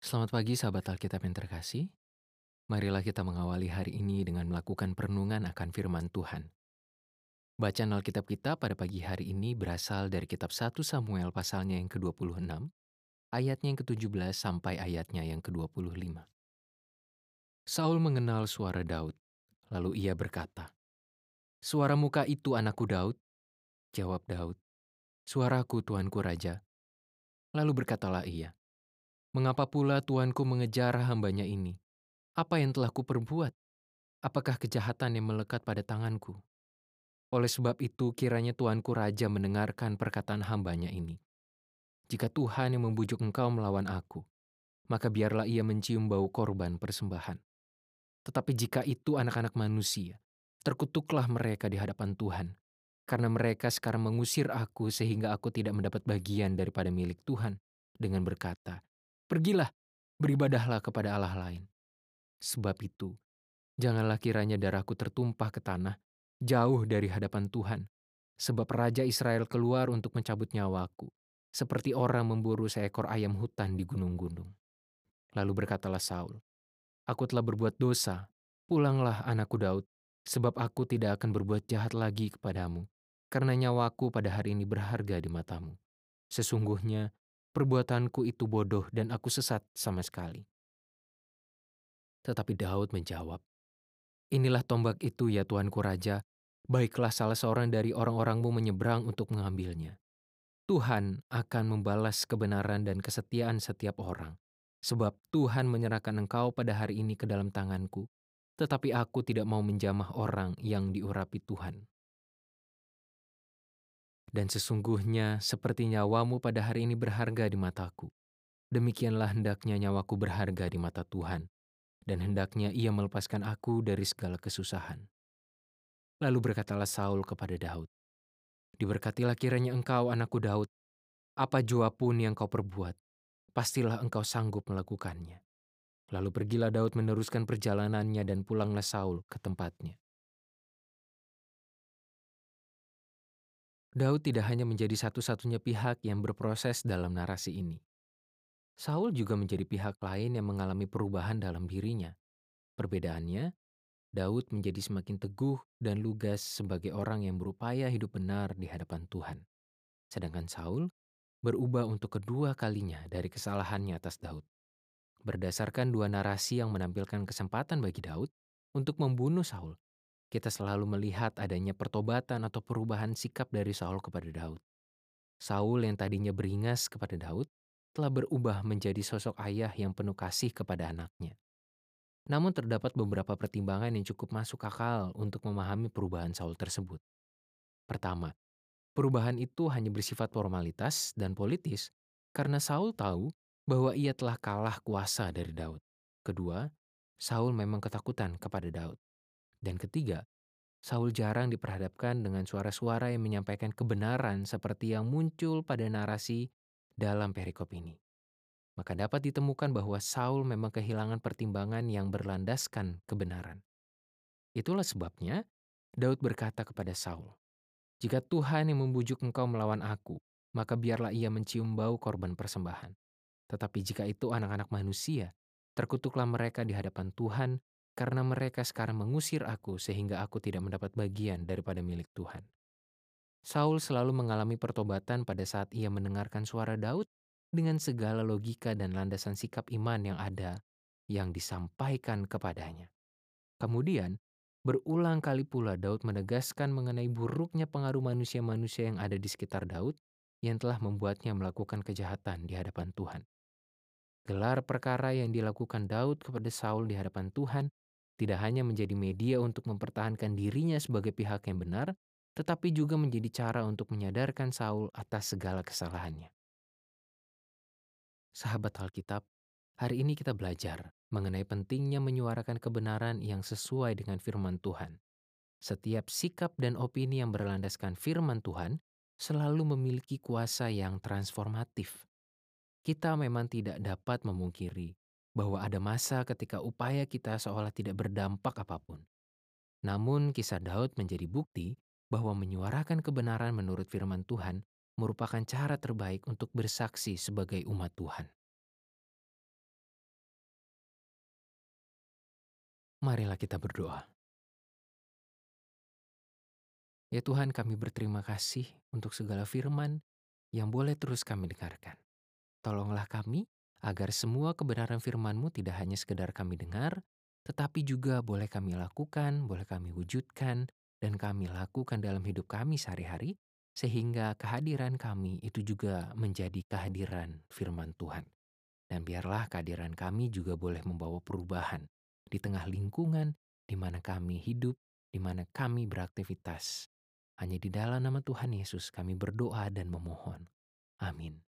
Selamat pagi sahabat Alkitab yang terkasih. Marilah kita mengawali hari ini dengan melakukan perenungan akan firman Tuhan. Bacaan Alkitab kita pada pagi hari ini berasal dari kitab 1 Samuel pasalnya yang ke-26, ayatnya yang ke-17 sampai ayatnya yang ke-25. Saul mengenal suara Daud, lalu ia berkata, "Suara muka itu anakku Daud?" Jawab Daud, "Suaraku tuanku raja." Lalu berkatalah ia, "Mengapa pula tuanku mengejar hambanya ini? Apa yang telah kuperbuat? Apakah kejahatan yang melekat pada tanganku? Oleh sebab itu kiranya tuanku raja mendengarkan perkataan hambanya ini. Jika Tuhan yang membujuk engkau melawan aku, maka biarlah ia mencium bau korban persembahan. Tetapi jika itu anak-anak manusia, terkutuklah mereka di hadapan Tuhan. Karena mereka sekarang mengusir aku sehingga aku tidak mendapat bagian daripada milik Tuhan. Dengan berkata, pergilah, beribadahlah kepada Allah lain. Sebab itu, janganlah kiranya darahku tertumpah ke tanah, jauh dari hadapan Tuhan. Sebab Raja Israel keluar untuk mencabut nyawaku, seperti orang memburu seekor ayam hutan di gunung-gunung. Lalu berkatalah Saul, "Aku telah berbuat dosa, pulanglah anakku Daud, sebab aku tidak akan berbuat jahat lagi kepadamu, karena nyawaku pada hari ini berharga di matamu. Sesungguhnya, perbuatanku itu bodoh dan aku sesat sama sekali." Tetapi Daud menjawab, "Inilah tombak itu ya tuanku raja, baiklah salah seorang dari orang-orangmu menyeberang untuk mengambilnya. Tuhan akan membalas kebenaran dan kesetiaan setiap orang. Sebab Tuhan menyerahkan engkau pada hari ini ke dalam tanganku, tetapi aku tidak mau menjamah orang yang diurapi Tuhan. Dan sesungguhnya seperti nyawamu pada hari ini berharga di mataku, demikianlah hendaknya nyawaku berharga di mata Tuhan, dan hendaknya ia melepaskan aku dari segala kesusahan." Lalu berkatalah Saul kepada Daud, "Diberkatilah kiranya engkau anakku Daud, apa jua pun yang kau perbuat, pastilah engkau sanggup melakukannya." Lalu pergilah Daud meneruskan perjalanannya dan pulanglah Saul ke tempatnya. Daud tidak hanya menjadi satu-satunya pihak yang berproses dalam narasi ini. Saul juga menjadi pihak lain yang mengalami perubahan dalam dirinya. Perbedaannya, Daud menjadi semakin teguh dan lugas sebagai orang yang berupaya hidup benar di hadapan Tuhan. Sedangkan Saul berubah untuk kedua kalinya dari kesalahannya atas Daud. Berdasarkan dua narasi yang menampilkan kesempatan bagi Daud untuk membunuh Saul, kita selalu melihat adanya pertobatan atau perubahan sikap dari Saul kepada Daud. Saul yang tadinya beringas kepada Daud telah berubah menjadi sosok ayah yang penuh kasih kepada anaknya. Namun terdapat beberapa pertimbangan yang cukup masuk akal untuk memahami perubahan Saul tersebut. Pertama, perubahan itu hanya bersifat formalitas dan politis karena Saul tahu bahwa ia telah kalah kuasa dari Daud. Kedua, Saul memang ketakutan kepada Daud. Dan ketiga, Saul jarang diperhadapkan dengan suara-suara yang menyampaikan kebenaran seperti yang muncul pada narasi dalam perikop ini. Maka dapat ditemukan bahwa Saul memang kehilangan pertimbangan yang berlandaskan kebenaran. Itulah sebabnya Daud berkata kepada Saul, "Jika Tuhan yang membujuk engkau melawan aku, maka biarlah ia mencium bau korban persembahan. Tetapi jika itu anak-anak manusia, terkutuklah mereka di hadapan Tuhan, karena mereka sekarang mengusir aku sehingga aku tidak mendapat bagian daripada milik Tuhan." Saul selalu mengalami pertobatan pada saat ia mendengarkan suara Daud dengan segala logika dan landasan sikap iman yang ada yang disampaikan kepadanya. Kemudian, berulang kali pula Daud menegaskan mengenai buruknya pengaruh manusia-manusia yang ada di sekitar Daud yang telah membuatnya melakukan kejahatan di hadapan Tuhan. Gelar perkara yang dilakukan Daud kepada Saul di hadapan Tuhan tidak hanya menjadi media untuk mempertahankan dirinya sebagai pihak yang benar, tetapi juga menjadi cara untuk menyadarkan Saul atas segala kesalahannya. Sahabat Alkitab, hari ini kita belajar mengenai pentingnya menyuarakan kebenaran yang sesuai dengan firman Tuhan. Setiap sikap dan opini yang berlandaskan firman Tuhan selalu memiliki kuasa yang transformatif. Kita memang tidak dapat memungkiri bahwa ada masa ketika upaya kita seolah tidak berdampak apapun. Namun kisah Daud menjadi bukti bahwa menyuarakan kebenaran menurut firman Tuhan merupakan cara terbaik untuk bersaksi sebagai umat Tuhan. Marilah kita berdoa. Ya Tuhan, kami berterima kasih untuk segala firman yang boleh terus kami dengarkan. Tolonglah kami agar semua kebenaran firman-Mu tidak hanya sekedar kami dengar, tetapi juga boleh kami lakukan, boleh kami wujudkan, dan kami lakukan dalam hidup kami sehari-hari, sehingga kehadiran kami itu juga menjadi kehadiran firman Tuhan. Dan biarlah kehadiran kami juga boleh membawa perubahan di tengah lingkungan di mana kami hidup, di mana kami beraktivitas. Hanya di dalam nama Tuhan Yesus kami berdoa dan memohon. Amin.